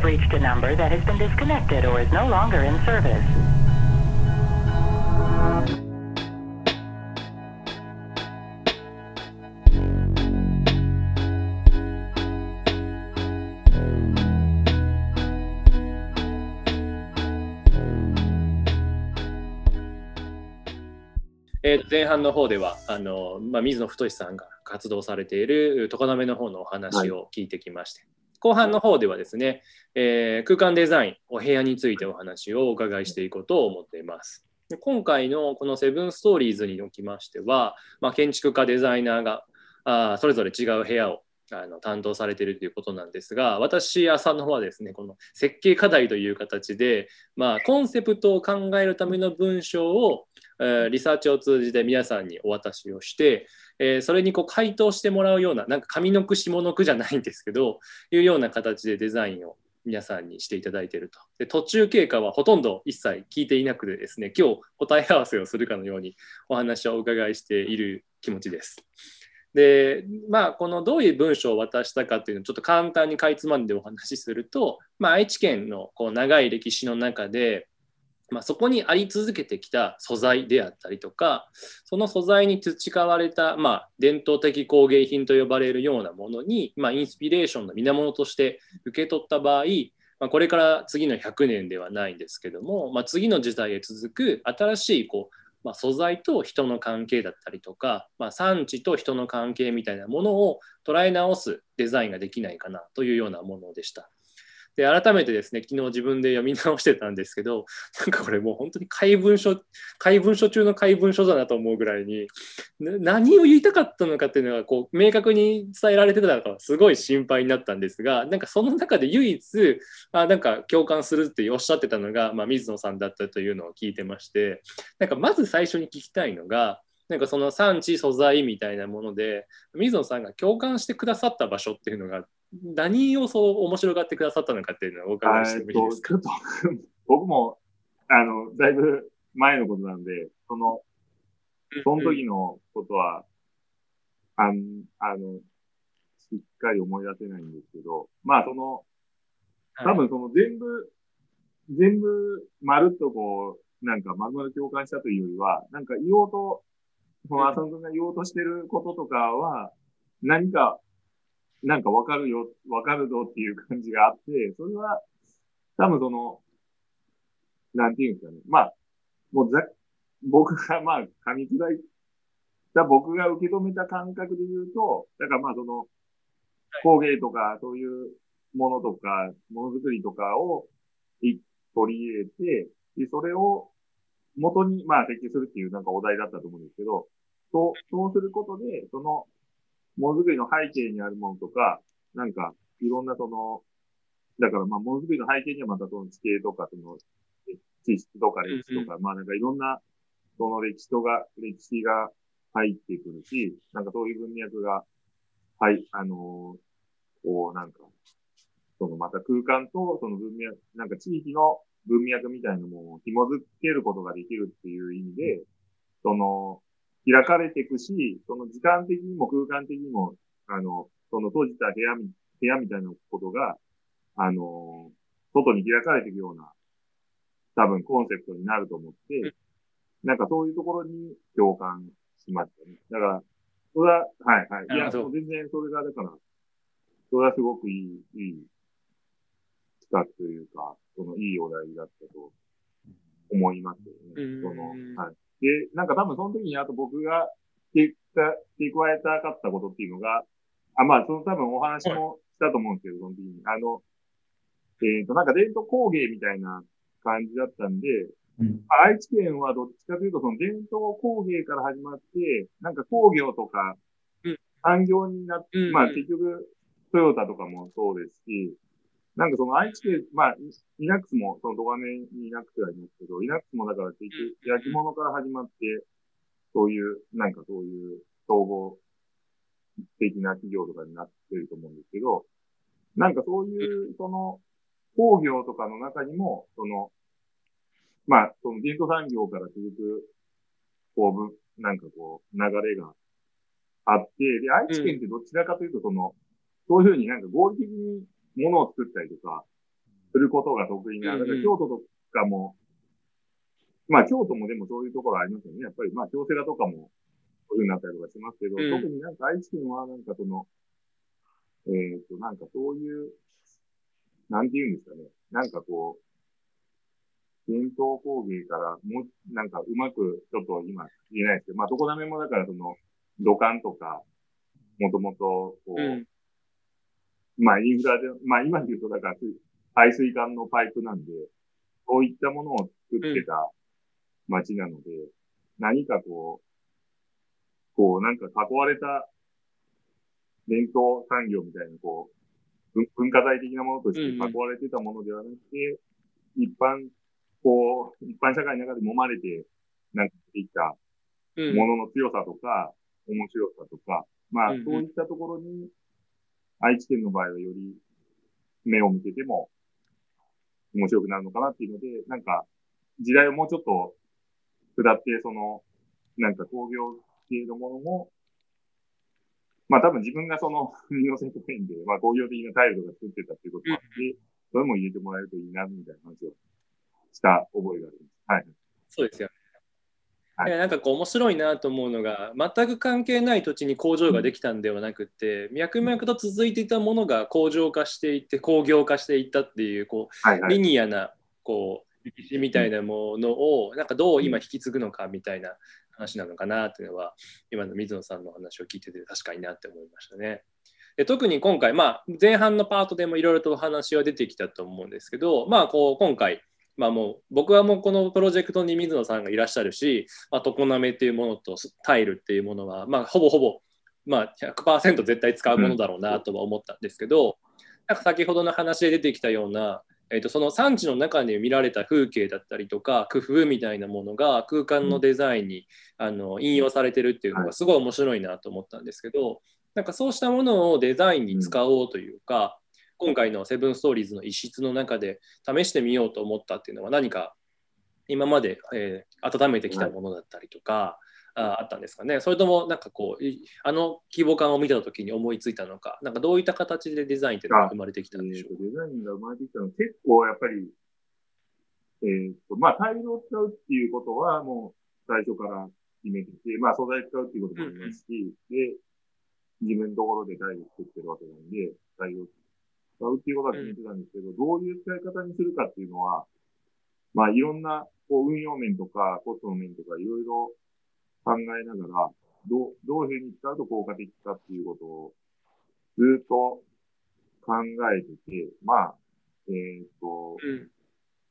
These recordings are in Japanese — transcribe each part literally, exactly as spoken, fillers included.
have reached a number that has been disconnected or is no longer in service. えー、前半の方ではあの、まあ、水野太さんが活動されている常滑の方のお話を聞いてきまして、はい、後半の方ではですね、えー、空間デザインお部屋についてお話をお伺いしていこうと思っています。で今回のこのセブンストーリーズにおきましては、まあ、建築家デザイナーがあそれぞれ違う部屋をあの担当されているということなんですが、私浅野はですねこの設計課題という形で、まあ、コンセプトを考えるための文章を、えー、リサーチを通じて皆さんにお渡しをして、えー、それにこう回答してもらうような、なんか上の句下の句じゃないんですけどいうような形でデザインを皆さんにしていただいていると。で途中経過はほとんど一切聞いていなくてですね、今日答え合わせをするかのようにお話をお伺いしている気持ちです。でまあ、このどういう文章を渡したかっていうのをちょっと簡単にかいつまんでお話しすると、まあ、愛知県のこう長い歴史の中で、まあ、そこにあり続けてきた素材であったりとか、その素材に培われた、まあ、伝統的工芸品と呼ばれるようなものに、まあ、インスピレーションの源として受け取った場合、まあ、これから次のひゃくねんではないんですけども、まあ、次の時代へ続く新しいこうまあ、素材と人の関係だったりとか、まあ、産地と人の関係みたいなものを捉え直すデザインができないかなというようなものでした。で改めてですね、昨日自分で読み直してたんですけど、なんかこれもう本当に怪文書怪文書中の怪文書だなと思うぐらいに、何を言いたかったのかっていうのがこう明確に伝えられてたのかすごい心配になったんですが、なんかその中で唯一あなんか共感するっておっしゃってたのが、まあ、水野さんだったというのを聞いてまして、なんかまず最初に聞きたいのが、なんかその産地素材みたいなもので水野さんが共感してくださった場所っていうのが何をそう面白がってくださったのかっていうのをお伺いしてもいいですか。 ちょっと僕もあのだいぶ前のことなんで、そのその時のことは、うん、あのあのしっかり思い出せないんですけど、まあその多分その全部、はい、全部まるっとこうなんかまるまる共感したというよりは、なんか言おうとその浅野君が言おうとしてることとかは何かなんかわかるよ、わかるぞっていう感じがあって、それは、多分その、なんていうんですかね。まあ、もうざ、僕がまあ、噛み砕いた僕が受け止めた感覚で言うと、だからまあその、工芸とか、そういうものとか、ものづくりとかを取り入れて、で、それを元にまあ設計するっていうなんかお題だったと思うんですけど、そう、そうすることで、その、ものづくりの背景にあるものとか、なんか、いろんなその、だからまあ、ものづくりの背景にはまたその地形とか、その、地質とか歴史とか、うんうん、まあなんかいろんな、その歴史とが、歴史が入ってくるし、なんかそういう文脈が、はい、あのー、こうなんか、そのまた空間とその文脈、なんか地域の文脈みたいなものを紐づけることができるっていう意味で、その、開かれていくし、その時間的にも空間的にも、あの、その閉じた部屋み、部屋みたいなことが、あの、外に開かれていくような、多分コンセプトになると思って、なんかそういうところに共感しましたね。だから、それは、はいはい。いや、もう全然それが、だから、それはすごくいい、いい企画というか、そのいいお題だったと思いますよね。その、はい。で、なんか多分その時にあと僕が付け加えたかったことっていうのが、あ、まあその多分お話もしたと思うんですけど、その時に。あの、えっと、なんか伝統工芸みたいな感じだったんで、うん、愛知県はどっちかというとその伝統工芸から始まって、なんか工業とか産業になって、うん、まあ結局トヨタとかもそうですし、なんかその愛知県、まあ、イナックスも、そのドガネにイナックスがありますけど、イナックスもだから結局焼き物から始まって、そういう、なんかそういう総合的な企業とかになってると思うんですけど、なんかそういう、その、工業とかの中にも、その、まあ、その伝統産業から続く、こう、なんかこう、流れがあって、で、愛知県ってどちらかというと、その、そういうふうになんか合理的に物を作ったりとか、 することが得意な、だから京都とかも、まあ京都もでもそういうところありますよね。やっぱりまあ京セラとかもそういう風になったりとかしますけど、 うん、 特になんか愛知県はなんかその、えっと、なんかそういう、なんて言うんですかね。なんかこう、伝統工芸からもう、なんかうまくちょっと今言えないですけど、まあ常滑もだからその土管とか、もともとこうん、 う、まあインフラで、まあ今で言うとだから排水管のパイプなんで、そういったものを作っうん、 てた街なので、何かこう、こうなんか囲われた伝統産業みたいなこう、文化財的なものとして囲うん、 われてたものではなくて、一般、こう、一般社会の中で揉まれて、なんかできたうん、 ものの強さとか、面白さとか、まあ、 うん、 そういったところに、愛知県の場合はより目を向けても面白くなるのかなっていうので、なんか、時代をもうちょっと下って、その、なんか工業系のものも、まあ多分自分がその、国のセットペインで、まあ工業的なタイルとか作ってたっていうことうん。 もあって、それも入れてもらえるといいな、みたいな話をした覚えがあります。はい。 そうですよね。 はい。 なんかこう面白いなと思うのが、全く関係ない土地に工場うん。 ができたんではなくて、脈うん。 々と続いていたものが工場化していって工業化していったっていう、こうリはいはい。 ニアなこう歴史みうん。 たいなものをなんかどううん。 今引き継ぐのかみたいな話なのかなっていうのは、今の水野さんの話を聞いてて確かになって思いましたね。で特に今回、まあ、前半のパートでもいろいろとお話は出てきたと思うんですけど、まあ、こう今回、まあ、もう僕はもうこのプロジェクトに水野さんがいらっしゃるし、まあ、常滑っていうものとタイルっていうものは、まあ、ほぼほぼ、まあ、ひゃくパーセント絶対使うものだろうなとは思ったんですけど、なんか先ほどの話で出てきたような、えーと、その産地の中で見られた風景だったりとか工夫みたいなものが空間のデザインにあの引用されてるっていうのはい。 がすごい面白いなと思ったんですけど、なんかそうしたものをデザインにうん。 使おうというか、今回のセブンストーリーズの一室の中で試してみようと思ったっていうのは何か今まで、えー温めてきはい。 たものだったりとかああったんですかね。それともなんかこうあの規模感を見た時に思いついたのか、なんかどういった形でデザインっていうのがあ、 生まれてきえたんでしょっと、デザインが生まれてきたのは結構やっぱり、えっと、まあ、タイルを使うっていうことはもう最初から決めてて、まあ、素材使うっていうことう。うんもありますし、で、自分のところでタイル作ってるわけなんで、タイルを使うっていうことはうん。 決めてたんですけど、どういう使い方にするかっていうのは、まあ、いろんな、こう、運用面とか、コストの面とか、いろいろ考えながら、どう、どういうふうに使うと効果的かっていうことをずっと考えてて、まあ、えっと、 うん。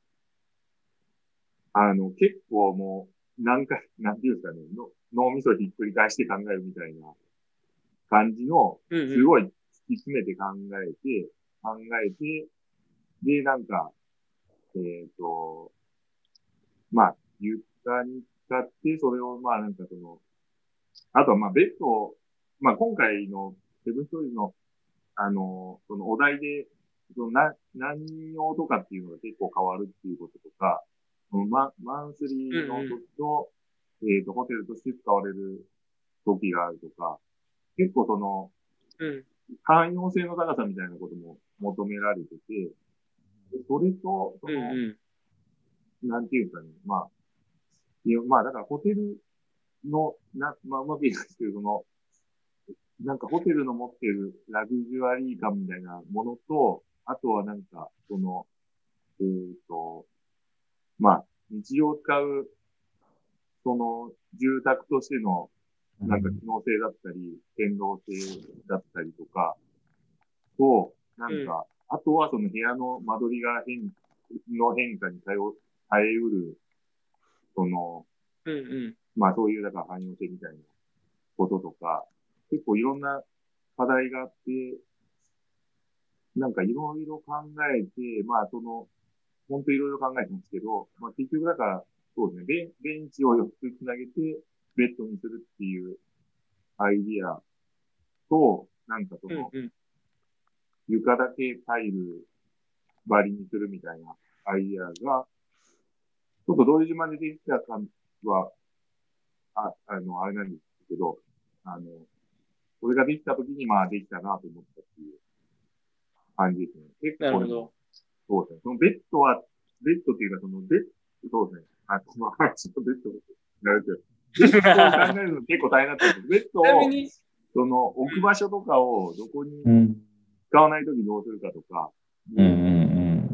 あの、結構もう、何回、なんていうんですかね、の脳みそひっくり返して考えるみたいな感じの、 うん。うん。 すごい突き詰めて考えて、考えて、で、なんか、えっと、まあ、床に使って、それを、まあ、なんかその、あとは、まあ、ベッドを、まあ、今回のセブンストーリーの、あの、そのお題で、そのな、何用とかっていうのが結構変わるっていうこととか、そのママンスうん。 リーのうん。 時と、えっと、ホテルとして使われる時があるとか、結構その、 うん。 汎用性の高さみたいなことも求められてて、それと、そうん。 の、 うん。 なんていうかね、まあ、いやまあ、だからホテルの、な、まあ、うまく言いますけど、その、なんかホテルの持ってるラグジュアリー感みたいなものと、あとはなんか、その、えっと、まあ、日常使う、その、住宅としての、なんか機能性だったり、堅牢性だったりとか、と、なうん。 んか、あとはその部屋の間取りが変、の変化に対応、耐えうる、その、 うん。うん。 まあそういう、だから汎用性みたいなこととか、結構いろんな課題があって、なんかいろいろ考えて、まあその、本当いろいろ考えてますけど、まあ結局だから、そうですね、ベンベンチをよっつつなげて、ベッドにするっていうアイディアと、なんかそうん。 の、 うん。 床だけタイル張りにするみたいなアイディアが、ちょっとどういう順番でできたかは、あ、あの、あれなんですけど、あの、これができたときに、まあできたなと思ったっていう感じですね。結構でも、 なるほど。 そうですね。そのベッドは、ベッドっていうか、そのベッド、そうですね。あ、この話とベッドになるけど、ベッドを考えるの結構大変だったんです。ベッドを、その置く場所とかをどこに使わないときどうするかとか、 うんうんうん、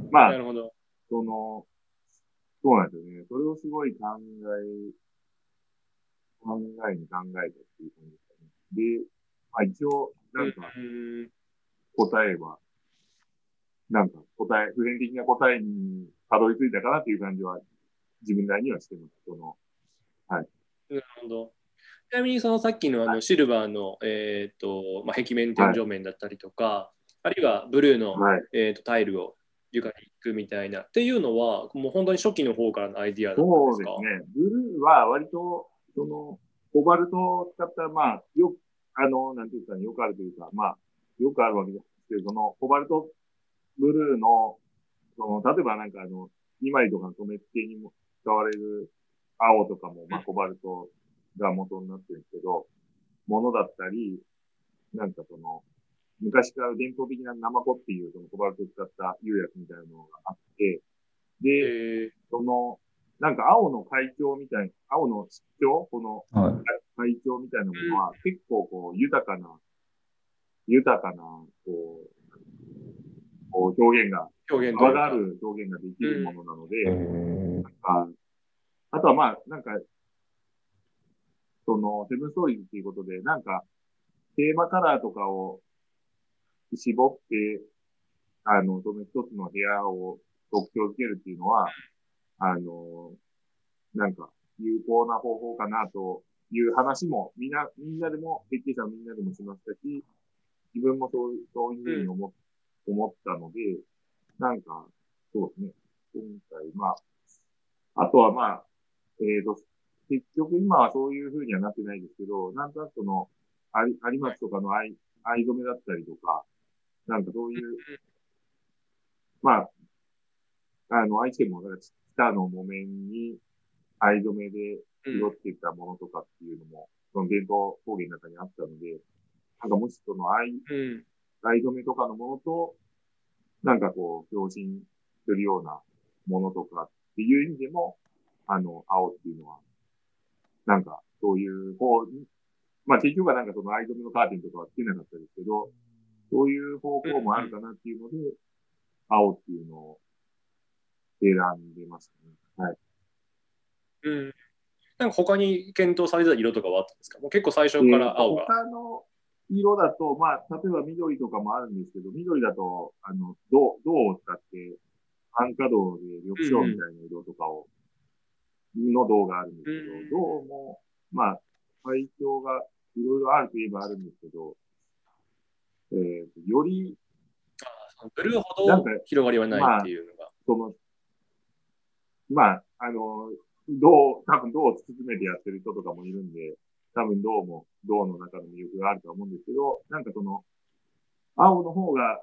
まあ、 なるほど。 その、そうなんですよね。それをすごい考え、考えに考えたっていう感じですかね。で、まあ一応、なんか、答えは、なんか答え、普遍的な答えにたどり着いたかなっていう感じは、自分なりにはしてます。その、はい。 なるほど。ちなみにそのさっきのあのシルバーの、えーとまあ、壁面、天井面だったりとか、はい、あるいはブルーの、はい、えーとタイルを床に行くみたいなっていうのは、もう本当に初期の方からのアイディアだったんですか？ そうですね。ブルーは割と、その、コバルトを使った、まあ、よく、あの、なんていうかね、よくあるというか、まあ、よくあるわけですけど、その、コバルトブルーの、その、例えばなんかあの、にまいとかの染め付けにも使われる青とかも、まあ、コバルトが元になってるんですけど、ものだったり、なんかその、昔から伝統的なナマコっていうそのコバルトを使った釉薬みたいなのがあって、で、その、なんか青の海峡みたいな、青の湿調この海峡みたいなものは結構こう豊かな、豊かな、こう、こう表現が、幅がある表現ができるものなので、なんか、あとはまあ、なんか、その、セブンストーリーズっていうことで、なんか、テーマカラーとかを絞って、あの、その一つの部屋を特徴づけるっていうのは、あの、なんか、有効な方法かなという話も、みんな、みんなでも、設計者みんなでもしましたし、自分もそう、そういうふうに思,、うん、思ったので、なんか、そうですね。今回、まあ、あとはまあ、えっと、結局今はそういうふうにはなってないですけど、なんとなくその、有松とかの藍、藍染めだったりとか、なんかそういう、まあ、あの、愛知県も、北の木綿に藍染めで拾っていったものとかっていうのも、その伝統工芸の中にあったので、なんかもしその藍、藍染めとかのものと、なんかこう、共振するようなものとかっていう意味でも、あの、青っていうのは、なんか、そういう方に、まあ結局はなんかその藍染めのカーテンとかはつけなかったですけど、そういう方向もあるかなっていうので、青っていうのを選んでましたね。はい。 うん。なんか他に検討されてた色とかはあったんですか？もう結構最初から青が。 他の色だと、まあ、例えば緑とかもあるんですけど、緑だと、あの、銅、銅を使って、暗化銅で緑青みたいな色とかを、うん、の銅があるんですけど、うん、銅も、まあ、配調がいろいろあるといえばあるんですけど、えー、より、 ブルーほど広がりはないっていうのが。まあ、 その、まあ、あの、銅、多分銅を突き詰めてやってる人とかもいるんで、多分銅も銅の中の魅力があると思うんですけど、なんかその、青の方が、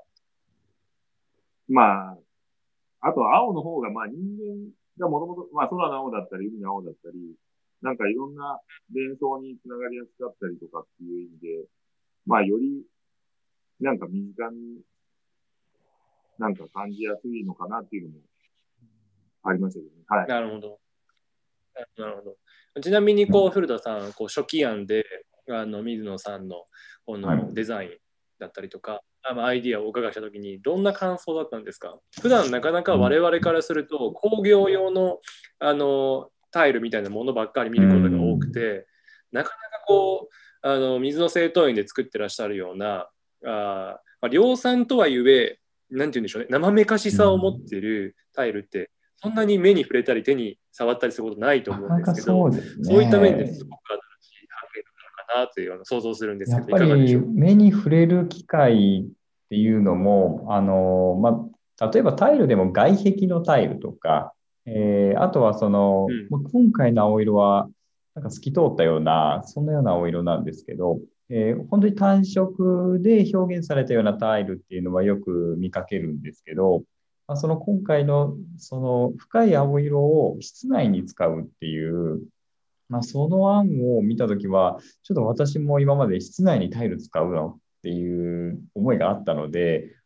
まあ、あと青の方が、まあ人間がもともと、まあ空の青だったり、海の青だったり、なんかいろんな連想につながりやすかったりとかっていう意味で、まあより、なんか身近に、なんか感じやすいのかなっていうのもありましたけどね。はい。 なるほど。なるほど。ちなみにこう古田さん、こう初期案であの水野さんのこのデザインだったりとか、はい、アイディアをお伺いしたときにどんな感想だったんですか？普段なかなか我々からすると工業用のあのタイルみたいなものばっかり見ることが多くて、なかなかこうあの水野製陶院で作ってらっしゃるようなあ、まあ、量産とはいえなんて言うんでしょうね、生めかしさを持っているタイルってそんなに目に触れたり手に触ったりすることないと思うんですけど、そうですね、そういった面ですごく新しい発見なのかなというのを想像するんですけど、 やっぱり目に触れる機会っていうのも、あの、まあ、例えばタイルでも外壁のタイルとか、えー、あとはその、うん、今回の青色はなんか透き通ったような、そんなような青色なんですけど、えー、本当に単色で表現されたようなタイルっていうのはよく見かけるんですけど、まあ、その今回のその深い青色を室内に使うっていう、まあ、その案を見たときは、ちょっと私も今まで室内にタイル使うのっていう思いがあったので、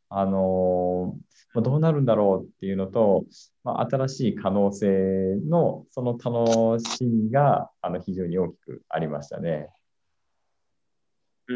あのまあ、どうなるんだろうっていうのと、まあ、新しい可能性のその楽しみがあの非常に大きくありましたね。 うん、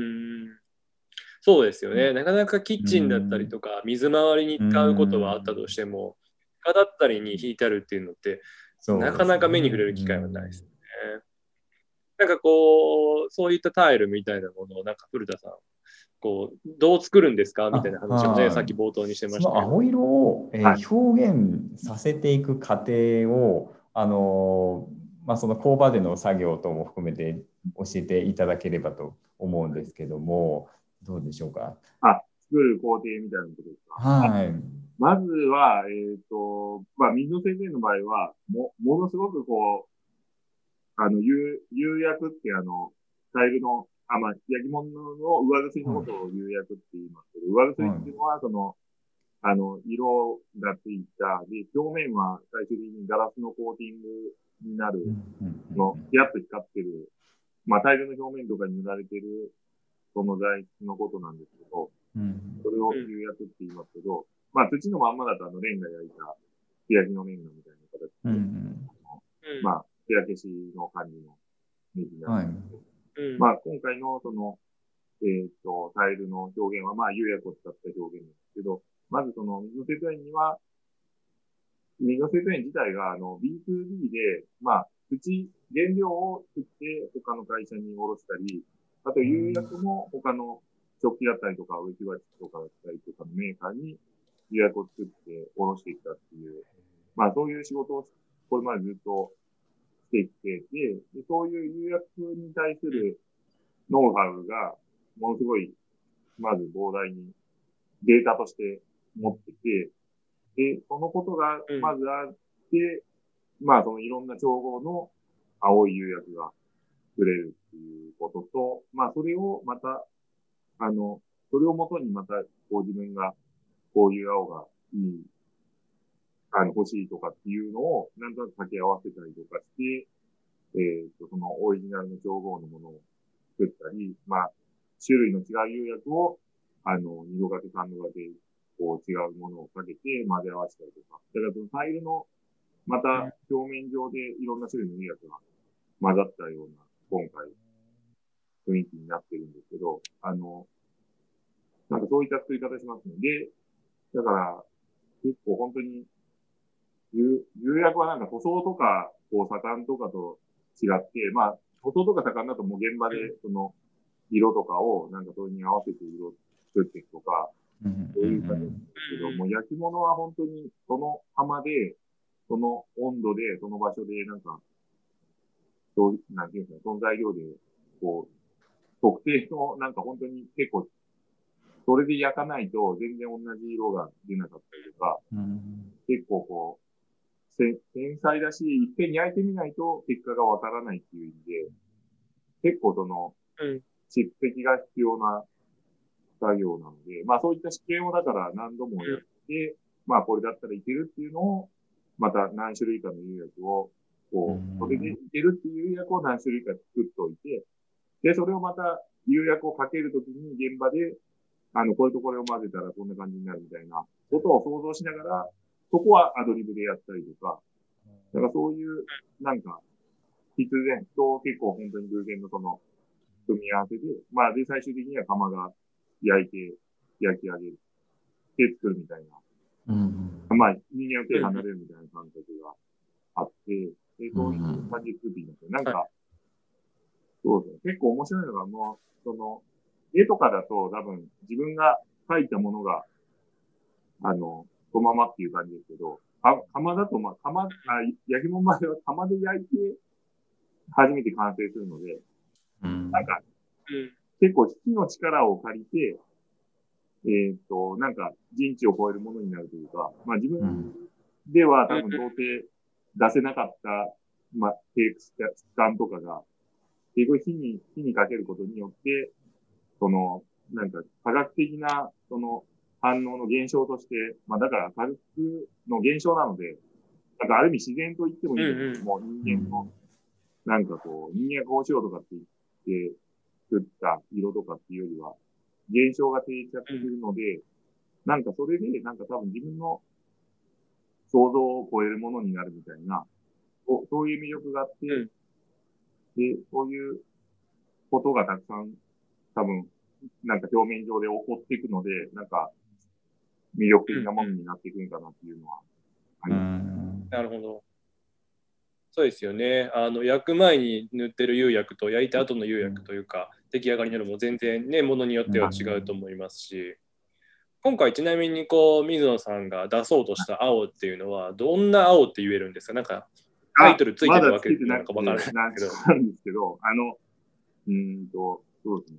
そうですよね。なかなかキッチンだったりとか、水回りに使うことはあったとしても、床だったりに引いてあるっていうのって、なかなか目に触れる機会はないですね。なんかこう、そういったタイルみたいなものを、なんか古田さん、こう、どう作るんですかみたいな話をね、さっき冒頭にしてましたけど。 その青色を、えー、表現させていく過程を、あのーまあ、その工場での作業とも含めて教えていただければと思うんですけども、どうでしょうか。 あ、作る工程みたいなことですか。 はい。 まずは、えっと、まあ、水野先生の場合は、も、ものすごくこう、あの、釉、釉薬ってあの、タイルの、あ、まあ、焼き物の上薬のことを釉薬って言いますけど、上薬っていうのは、その、あの、色がついた、で、表面は最終的にガラスのコーティングになるの、ヒヤッと光ってる、まあ、タイルの表面とかに塗られてる、その材質のことなんですけど、それを釉薬って言いますけど、まあ、土のまんまだとあの、レンガ焼いた、素焼きのレンガみたいな形で、まあ、手焼けしの感じの水になるんですけど、はい、まあ、今回のその、えっと、タイルの表現は、まあ、釉薬を使った表現なんですけど、まずその、水の接円には、水の接円自体が、あの、ビーツービー で、まあ、土、原料を作って他の会社に卸したり、あと、釉薬も他の食器だったりとか、植木鉢とかだったりとかのメーカーに釉薬を作って卸してきたっていう、まあ、そういう仕事を、これまでずっとしてきて、で、そういう釉薬に対するノウハウが、ものすごい、まず膨大にデータとして持ってて、で、そのことがまずあって、うん、まあ、そのいろんな調合の青い釉薬が作れるっていうことと、まあ、それをまた、あの、それをもとにまた、こう自分がこういう青がいい、あの、欲しいとかっていうのを、なんとなく掛け合わせたりとかして、えっと、そのオリジナルの調合のものを作ったり、まあ、種類の違う釉薬を、あの、二度掛け、三度掛け、こう違うものをかけて混ぜ合わせたりとか。だからそのタイルの、また表面上でいろんな種類の釉薬が混ざったような、今回、雰囲気になってるんですけど、あの、なんかそういった作り方しますので、だから、結構本当に、釉薬はなんか塗装とか、こう、左官とかと違って、まあ、塗装とか左官だともう現場で、その、色とかを、なんかそれに合わせて色を作っていくとか、そういう感じなんですけど、もう焼き物は本当に、その窯で、その温度で、その場所で、なんか、そう、なんていうんですか、その材料で、こう、特定の、なんか本当に結構、それで焼かないと全然同じ色が出なかったりとか、うん、結構こう、繊細だし、いっぺんに焼いてみないと結果がわからないっていう意味で、結構その、蓄積が必要な作業なので、まあそういった試験をだから何度もやって、まあこれだったらいけるっていうのを、また何種類かの釉薬を、こう、それでいけるっていう釉薬を何種類か作っておいて、で、それをまた釉薬をかけるときに現場で、あの、これとこれを混ぜたらこんな感じになるみたいなことを想像しながら、そこはアドリブでやったりとか、だからそういう、なんか、必然と結構本当に偶然のその、組み合わせで、まあで、最終的には窯が焼いて、焼き上げる。で、作るみたいな。うん、まあ、人間の手離れるみたいな感覚があって、で、そういう感じで作っていきますよ。なんか、そうですね。結構面白いのが、もう、その、絵とかだと多分自分が描いたものが、あの、そのままっていう感じですけど、窯だと、まあ、窯、あ、焼き物までは窯で焼いて、初めて完成するので、うん、なんか、うん、結構火の力を借りて、えっと、なんか人知を超えるものになるというか、まあ自分では多分到底出せなかった、まあ、テイクスタンとかが、結構火に、火にかけることによって、その、なんか科学的な、その反応の現象として、まあだから科学の現象なので、なんかある意味自然と言ってもいいんですけども、人間の、なんかこう、人間がこうしようとかって言って作った色とかっていうよりは、現象が定着するので、 なんかそれで、なんか多分自分の想像を超えるものになるみたいな、そそういう魅力があって、 うん、 で、そういうことがたくさん多分、なんか表面上で起こっていくので、なんか魅力的なものになっていくんかなっていうのはあります。 なるほど。そうですよね。あの焼く前に塗ってる釉薬と焼いた後の釉薬というか、出来上がりの色も全然ね、ものによっては違うと思いますし、今回ちなみにこう水野さんが出そうとした青っていうのはどんな青って言えるんですか？なんかタイトルついてるわけなのか分からないなんですけど。 なんですけど、あの、うーんと、そうですね。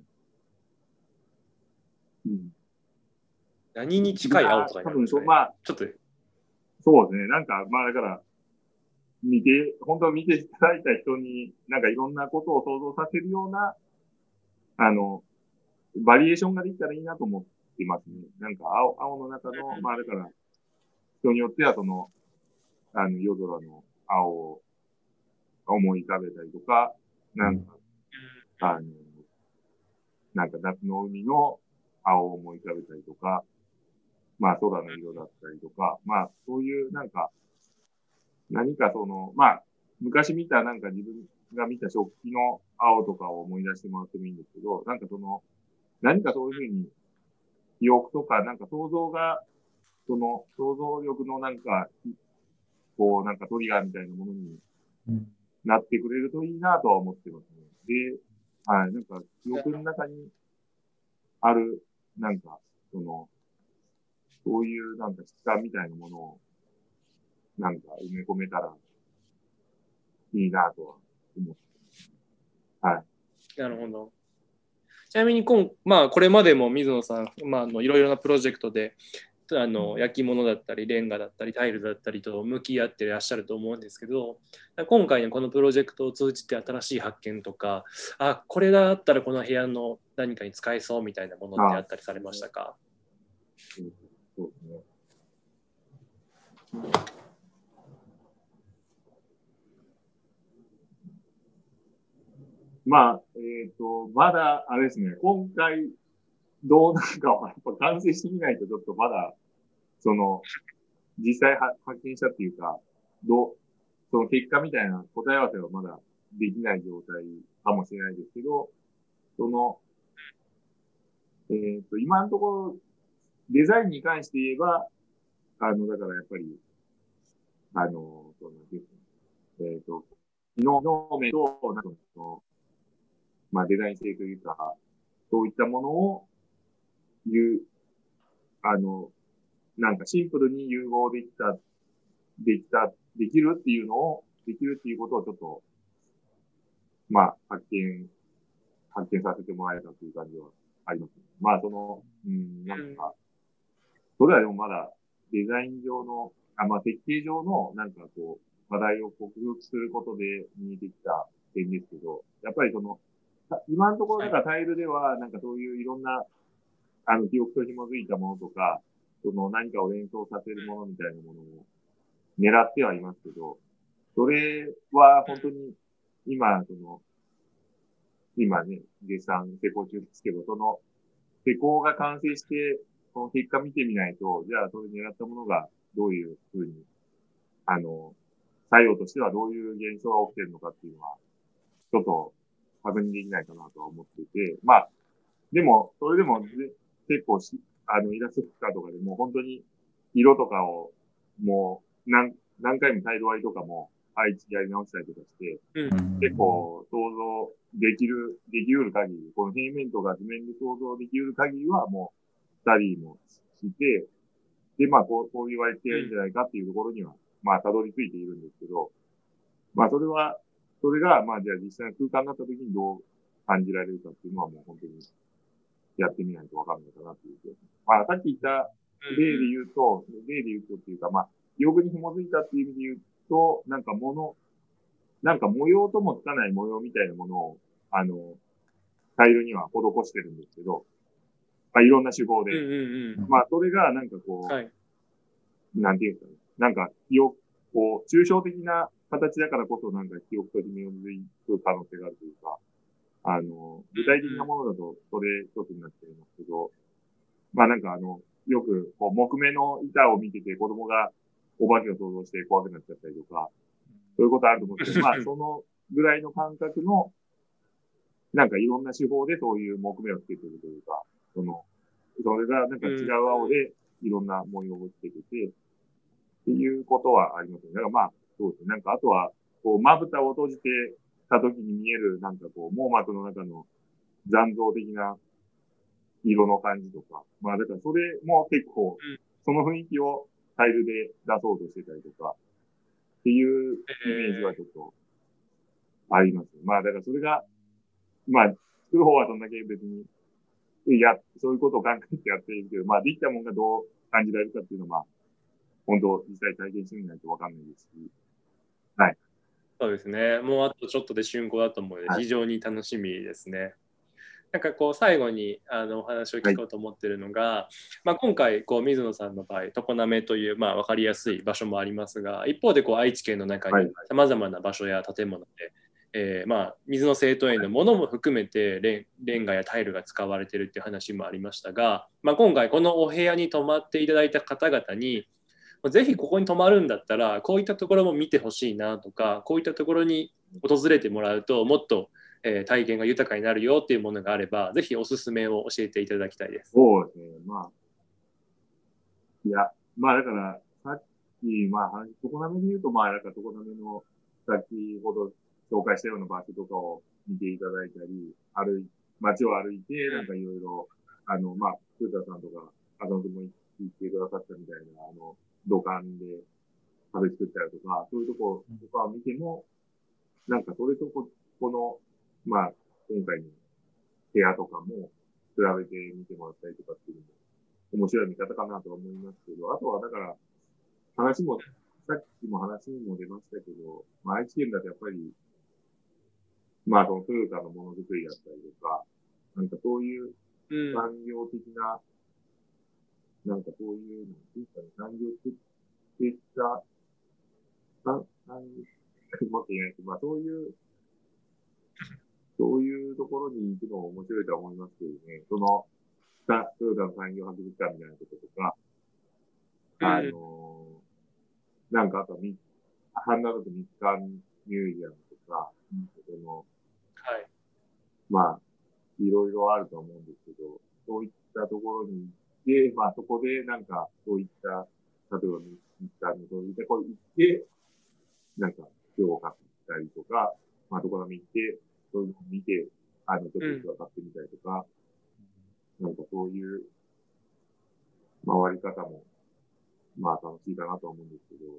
うん、 何に近い青とかになるんですかね。 まあ、 ちょっと。 そうですね。なんか、まあだから、見て、本当見ていただいた人に、なんかいろんなことを想像させるような、あの、バリエーションができたらいいなと思ってますね。なんか青、青の中の、まあだから、人によってはその、あの、夜空の青を思い浮かべたりとか、なんか、あの、なんか夏の海の青を思い浮かべたりとか、まあ空の色だったりとか、まあそういうなんか、何かその、まあ、昔見たなんか自分が見た食器の青とかを思い出してもらってもいいんですけど、なんかその、何かそういうふうに、記憶とか、なんか想像が、その、想像力のなんか、こう、なんかトリガーみたいなものになってくれるといいなとは思ってますね。で、はい、なんか、記憶の中にある、なんか、その、そういうなんか質感みたいなものを、なんか埋め込めたらいいなとは思ってます。はい。 なるほど。ちなみに今、まあ、これまでも水野さん、まあ、あのいろいろなプロジェクトであの焼き物だったりレンガだったりタイルだったりと向き合っていらっしゃると思うんですけど、今回のこのプロジェクトを通じて新しい発見とか、あ、これがあったらこの部屋の何かに使えそうみたいなものってあったりされましたか？ そうですね。まあ、えっと、まだ、あれですね、今回、どうなるかは、やっぱ完成してみないと、ちょっとまだ、その、実際は発見したっていうか、どう、その結果みたいな答え合わせはまだできない状態かもしれないですけど、その、えっと、今のところ、デザインに関して言えば、あの、だからやっぱり、あの、その、えっと、機能面と、なんかその、まあ、デザイン性というか、そういったものを言う、あの、なんかシンプルに融合できた、できた、できるっていうのを、できるっていうことをちょっと、まあ、発見、発見させてもらえたという感じはありますね。まあ、その、うん、なんか、それはでもまだデザイン上の、あ、まあ、設計上の、なんかこう、課題を克服することで見えてきた点ですけど、やっぱりその、今のところ、だからタイルでは、なんかそういういろんな、あの、記憶と紐づいたものとか、その何かを連想させるものみたいなものを狙ってはいますけど、それは本当に今、その、今ね、月産施工中ですけど、その、施工が完成して、その結果見てみないと、じゃあそれ狙ったものがどういうふうに、あの、作用としてはどういう現象が起きてるのかっていうのは、ちょっと確認できないかなとは思っていて、まあ、でも、それでも、結構し、あの、イラストとかとかでも本当に色とかをもう何、何回もタイル割りとかも配置やり直したりとかして、 うん、 結構想像できる、できうる限り、この平面とか図面で想像できうる限りはもう、スタディもして、で、まあ、こう、こういう割り手がいいんじゃないかっていうところには、まあ、たどり着いているんですけど、まあ、それは、それが、まあ、じゃあ実際の空間になった時にどう感じられるかっていうのはもう本当にやってみないとわかんないかなっていう気がします。まあ、さっき言った例で言うと、例で言うとっていうか、まあ、記憶に紐づいたっていう意味で言うと、なんかもの、なんか模様ともつかない模様みたいなものを、あの、タイルには施してるんですけど、まあ、いろんな手法で。 うんうんうん、 まあ、それがなんかこう、 はい、 なんていうんですかね。なんか、記憶、こう、抽象的な形だからこそ、なんか記憶と紐づいく可能性があるというか、あの、具体的なものだと、それ一つになっちゃいますけど、まあなんかあの、 よく、こう、木目の板を見てて子供がお化けを想像して怖くなっちゃったりとか、そういうことあると思うんですけど、まあ、そのぐらいの感覚の、なんかいろんな手法でそういう木目をつけてるというか、その、それがなんか違う青でいろんな模様をつけてて、っていうことはありますね。だからまあ、そうですね。なんかあとは、こう、まぶたを閉じてた時に見える、なんかこう、網膜の中の残像的な色の感じとか。まあ、だからそれも結構、その雰囲気をタイルで出そうとしてたりとか、っていうイメージはちょっとあります。まあ、だからそれが、まあ、作る方はそんだけ別に、いや、そういうことを考えてやっているけど、まあ、できたものがどう感じられるかっていうのは、まあ、本当、実際体験してみないとわかんないですし。はい。 そうですね。もうあとちょっとで竣工だと思うので、 はい、 非常に楽しみですね。なんかこう最後にあのお話を聞こうと思ってるのが、はい、まあ、今回こう水野さんの場合常滑というまあ分かりやすい場所もありますが、一方でこう愛知県の中にさまざまな場所や建物で、えー、まあ水の生徒園のものも含めてレン、レンガやタイルが使われているっていう話もありましたが、まあ、今回このお部屋に泊まっていただいた方々にぜひここに泊まるんだったらこういったところも見てほしいなとか、こういったところに訪れてもらうともっとえー、体験が豊かになるよっていうものがあれば、ぜひおすすめを教えていただきたいです。 そうですね。まあ。いや、まあだから、さっき、まあ話、常滑で言うと、まあ、だから常滑の先ほど紹介したような場所とかを見ていただいたり、歩い、街を歩いて、なんかいろいろ、あの、まあ、古田さんとか、浅野君も言ってくださったみたいな、あの、土管で壁作ったりとか、そういうとことかを見ても、なんかそれとこ、この、まあ、今回の部屋とかも比べてみてもらったりとかっていうのも面白い見方かなとは思いますけど、あとはだから、話も、さっきも話にも出ましたけど、まあ、愛知県だとやっぱり、まあ、そのトヨタのものづくりだったりとか、なんかそういう産業的な、うん、なんかそういう、なんていうかね、産業的な、な、なん、もっと言えないけど、まあそういう、そういうところに行くのも面白いとは思いますけどね。その、トヨタの産業博物館みたいなところとか、うん、あの、なんかあと、ハンナだと日韓ミュージアムとか、うん、その、 はい。 まあ、いろいろあると思うんですけど、そういったところに行って、まあそこでなんか、そういった、例えば日韓のそういったところに行って、なんか、票を買ったりとか、まあ、ところに行って、そういうのを見て、あの、ちょっと分かってみたりとか、うん、なんかそういう回り方も、まあ楽しいかなと思うんですけど。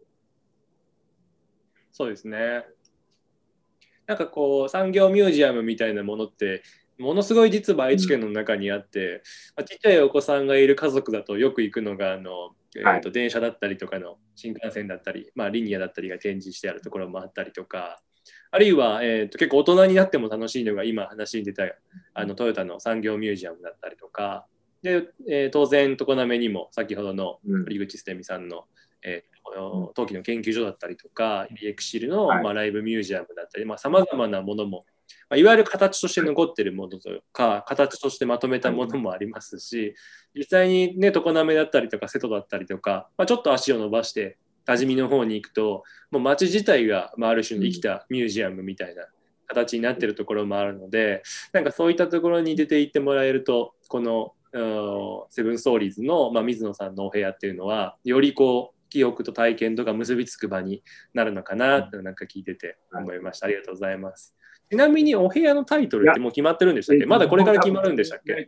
そうですね。なんかこう、産業ミュージアムみたいなものって、ものすごい実は愛知県の中にあって、うん、ちっちゃいお子さんがいる家族だとよく行くのが、あの、えーと、電車だったりとかの新幹線だったり、まあ、リニアだったりが展示してあるところもあったりとか、あるいは、えーと、結構大人になっても楽しいのが今話に出たあのトヨタの産業ミュージアムだったりとかで、えー、当然常滑にも先ほどの堀口捨美さんの、えー、陶器の研究所だったりとかイリエクシルの、まあ、ライブミュージアムだったりさまざまなものも、まあ、いわゆる形として残っているものとか形としてまとめたものもありますし、実際にね常滑だったりとか瀬戸だったりとか、まあ、ちょっと足を伸ばして多治見の方に行くともう街自体が、まあ、ある種の生きたミュージアムみたいな形になっているところもあるので、なんかそういったところに出て行ってもらえるとこのセブンストーリーズの、まあ、水野さんのお部屋っていうのはよりこう記憶と体験とか結びつく場になるのかなってなんか聞いてて思いました。ありがとうございます。ちなみにお部屋のタイトルってもう決まってるんでしたっけ？まだこれから決まるんでしたっけ？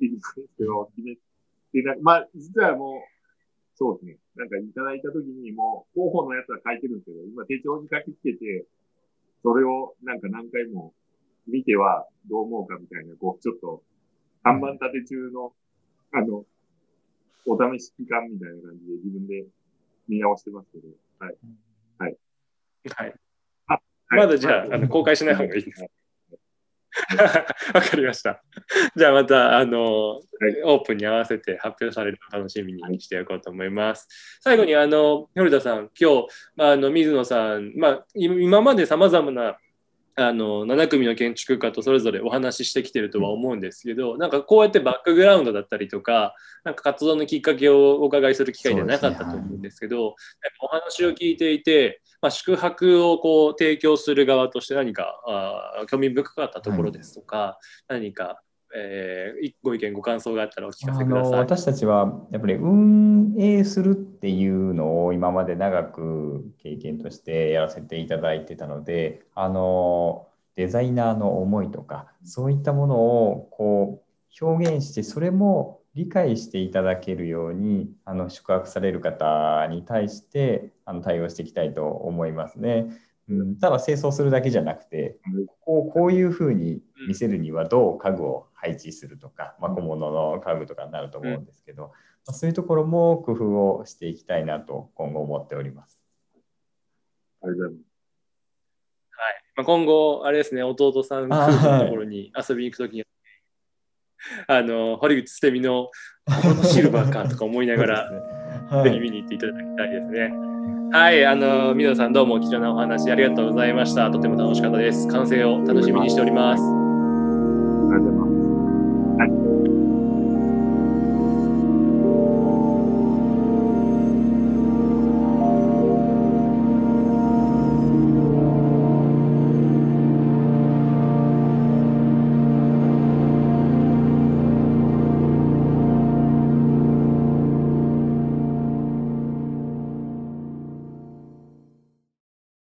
まあ実はもうそうですね。なんかいただいたときにもう候補のやつは書いてるんですけど、今手帳に書きつけて、それをなんか何回も見てはどう思うかみたいな、こうちょっと看板立て中の、あの、お試し期間みたいな感じで自分で見直してますけど、はい。はい。 はい。あ、はい、まだじゃあ、あの公開しない方がいいです。わかりました。じゃあまたあの、はい、オープンに合わせて発表されるのを楽しみにしておこうと思います。最後にあの堀田さん、今日、まあ、あの水野さん、まあ、今までさまざまなあのなな組の建築家とそれぞれお話ししてきてるとは思うんですけど、なんかこうやってバックグラウンドだったりとか、なんか活動のきっかけをお伺いする機会ではなかったと思うんですけど、ね、はい、お話を聞いていて、まあ、宿泊をこう提供する側として何かあ興味深かったところですとか、はい、何か、えー、ご意見ご感想があったらお聞かせください。 あの私たちはやっぱり運営するっていうのを今まで長く経験としてやらせていただいてたので、あのデザイナーの思いとかそういったものをこう表現して、それも理解していただけるようにあの宿泊される方に対してあの対応していきたいと思いますね。うん、ただ清掃するだけじゃなくて、こう、こういうふうに見せるにはどう家具を配置するとか、まあ、小物の家具とかになると思うんですけど、まあ、そういうところも工夫をしていきたいなと今後思っております。 ありがとうございます。 はい、まあ、今後あれですね、弟さん夫婦のところに遊びに行くときに、あの堀口捨て身のこのシルバーかとか思いながら、ね、はい、ぜひ見に行っていただきたいですね。はい、あの水野さんどうも貴重なお話ありがとうございました。とても楽しかったです。完成を楽しみにしております。